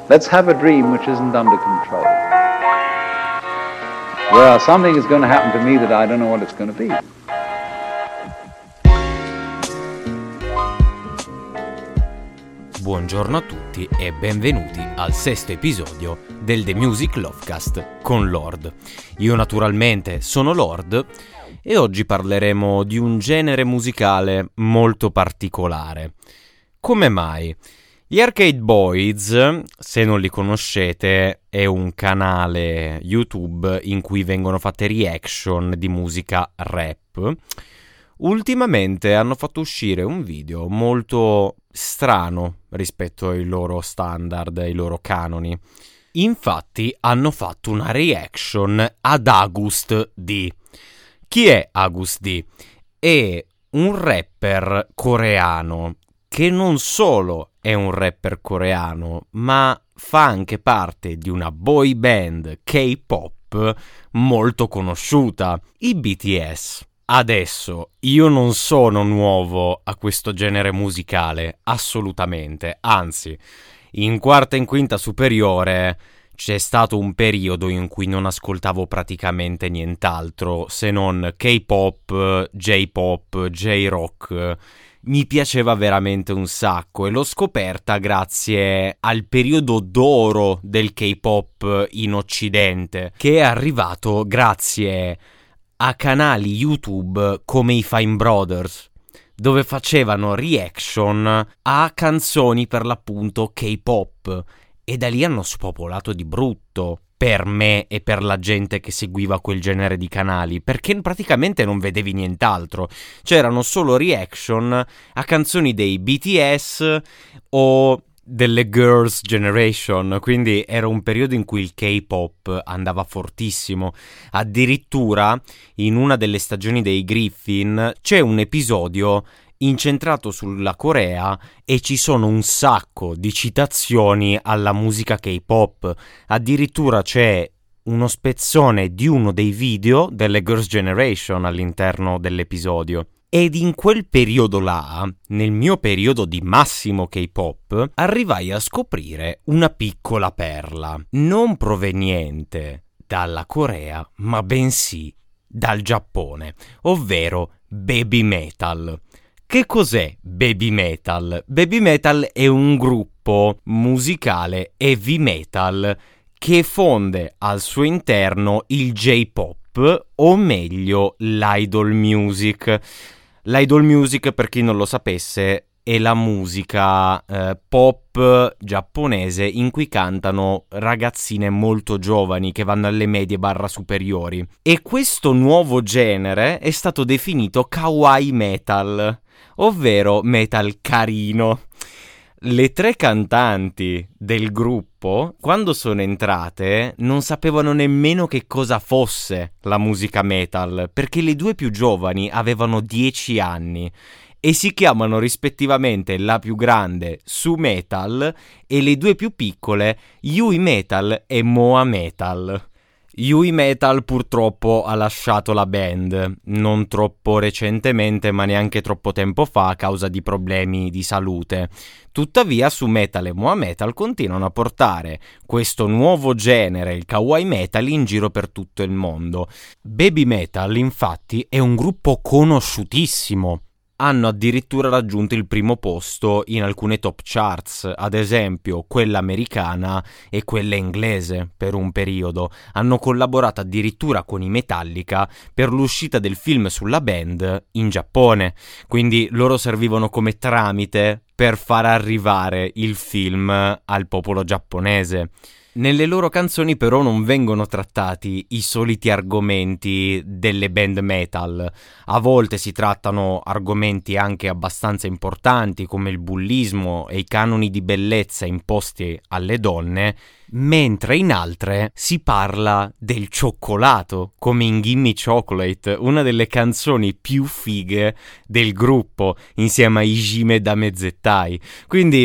Let's have a dream which isn't under control. Where something is going to happen to me that I don't know what it's going to be. Buongiorno a tutti e benvenuti al sesto episodio del The Music Lovecast con Lord. Io naturalmente sono Lord e oggi parleremo di un genere musicale molto particolare. Come mai? Gli Arcade Boys, se non li conoscete, è un canale YouTube in cui vengono fatte reaction di musica rap. Ultimamente hanno fatto uscire un video molto strano rispetto ai loro standard, ai loro canoni. Infatti hanno fatto una reaction ad Agust D. Chi è Agust D? È un rapper coreano che non solo è un rapper coreano, ma fa anche parte di una boy band K-pop molto conosciuta, i BTS. Adesso, io non sono nuovo a questo genere musicale, assolutamente, anzi, in quarta e in quinta superiore c'è stato un periodo in cui non ascoltavo praticamente nient'altro se non K-pop, J-pop, J-rock. Mi piaceva veramente un sacco e l'ho scoperta grazie al periodo d'oro del K-pop in Occidente, che è arrivato grazie a canali YouTube come i Fine Brothers, dove facevano reaction a canzoni per l'appunto K-pop, e da lì hanno spopolato di brutto per me e per la gente che seguiva quel genere di canali, perché praticamente non vedevi nient'altro, c'erano solo reaction a canzoni dei BTS o delle Girls' Generation, quindi era un periodo in cui il K-pop andava fortissimo. Addirittura in una delle stagioni dei Griffin c'è un episodio incentrato sulla Corea e ci sono un sacco di citazioni alla musica K-pop. Addirittura c'è uno spezzone di uno dei video delle Girls' Generation all'interno dell'episodio. Ed in quel periodo là, nel mio periodo di massimo K-pop, arrivai a scoprire una piccola perla, non proveniente dalla Corea, ma bensì dal Giappone, ovvero Baby Metal. Che cos'è Baby Metal? Baby Metal è un gruppo musicale heavy metal che fonde al suo interno il J-pop, o meglio l'idol music. L'idol music, per chi non lo sapesse, è la musica pop giapponese in cui cantano ragazzine molto giovani che vanno alle medie / superiori. E questo nuovo genere è stato definito kawaii metal, ovvero metal carino. Le tre cantanti del gruppo, quando sono entrate, non sapevano nemmeno che cosa fosse la musica metal, perché le due più giovani avevano 10 anni e si chiamano rispettivamente la più grande Su Metal e le due più piccole Yui Metal e Moa Metal. Yui Metal purtroppo ha lasciato la band, non troppo recentemente ma neanche troppo tempo fa a causa di problemi di salute. Tuttavia Su Metal e Moa Metal continuano a portare questo nuovo genere, il kawaii metal, in giro per tutto il mondo. Baby Metal infatti è un gruppo conosciutissimo. Hanno addirittura raggiunto il primo posto in alcune top charts, ad esempio quella americana e quella inglese per un periodo. Hanno collaborato addirittura con i Metallica per l'uscita del film sulla band in Giappone, quindi loro servivano come tramite per far arrivare il film al popolo giapponese. Nelle loro canzoni però non vengono trattati i soliti argomenti delle band metal. A volte si trattano argomenti anche abbastanza importanti come il bullismo e i canoni di bellezza imposti alle donne, mentre in altre si parla del cioccolato, come in Gimme Chocolate, una delle canzoni più fighe del gruppo, insieme a Hijime Damezettai. Quindi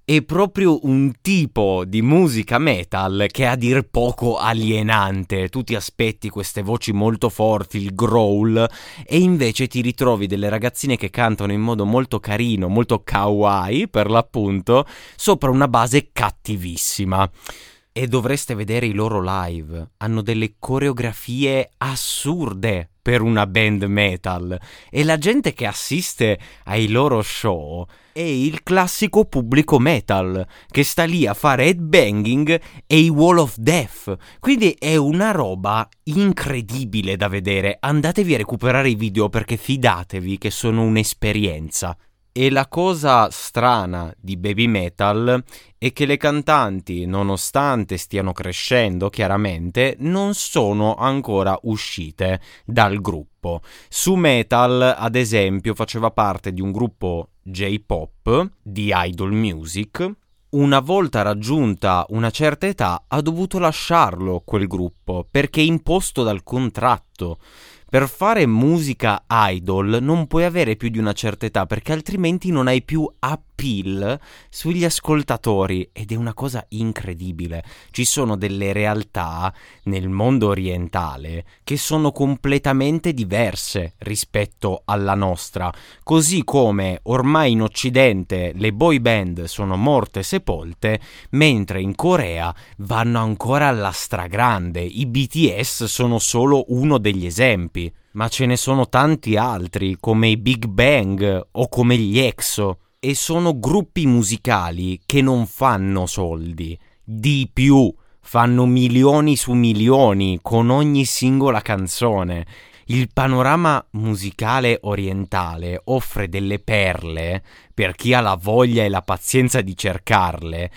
È proprio un tipo di musica metal che è a dir poco alienante. Tu ti aspetti queste voci molto forti, il growl, e invece ti ritrovi delle ragazzine che cantano in modo molto carino, molto kawaii per l'appunto, sopra una base cattivissima. E dovreste vedere i loro live, hanno delle coreografie assurde per una band metal, e la gente che assiste ai loro show è il classico pubblico metal che sta lì a fare headbanging e i Wall of Death. Quindi è una roba incredibile da vedere. Andatevi a recuperare i video perché fidatevi che sono un'esperienza. E la cosa strana di Baby Metal è che le cantanti, nonostante stiano crescendo chiaramente, non sono ancora uscite dal gruppo. Su Metal, ad esempio, faceva parte di un gruppo J-pop di Idol Music. Una volta raggiunta una certa età ha dovuto lasciarlo quel gruppo perché è imposto dal contratto. Per fare musica idol non puoi avere più di una certa età perché altrimenti non hai più appeal sugli ascoltatori, ed è una cosa incredibile. Ci sono delle realtà nel mondo orientale che sono completamente diverse rispetto alla nostra, così come ormai in Occidente le boy band sono morte e sepolte, mentre in Corea vanno ancora alla stragrande. I BTS sono solo uno degli esempi, ma ce ne sono tanti altri come i Big Bang o come gli EXO, e sono gruppi musicali che non fanno soldi, di più, fanno milioni su milioni con ogni singola canzone. Il panorama musicale orientale offre delle perle per chi ha la voglia e la pazienza di cercarle,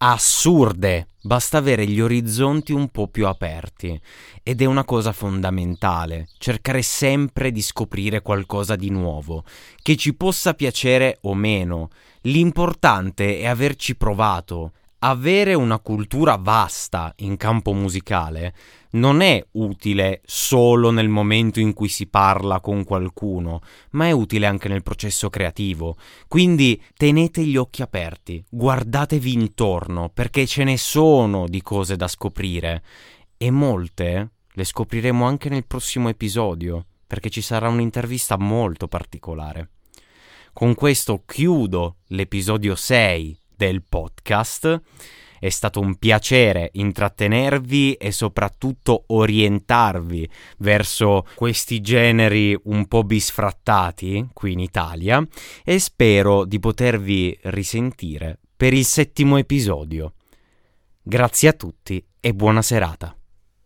assurde. Basta avere gli orizzonti un po' più aperti, ed è una cosa fondamentale, cercare sempre di scoprire qualcosa di nuovo, che ci possa piacere o meno. L'importante è averci provato. Avere una cultura vasta in campo musicale non è utile solo nel momento in cui si parla con qualcuno, ma è utile anche nel processo creativo. Quindi tenete gli occhi aperti, guardatevi intorno, perché ce ne sono di cose da scoprire, e molte le scopriremo anche nel prossimo episodio, perché ci sarà un'intervista molto particolare. Con questo chiudo l'episodio 6 del podcast. È stato un piacere intrattenervi e soprattutto orientarvi verso questi generi un po' bisfrattati qui in Italia, e spero di potervi risentire per il 7° episodio. Grazie a tutti e buona serata.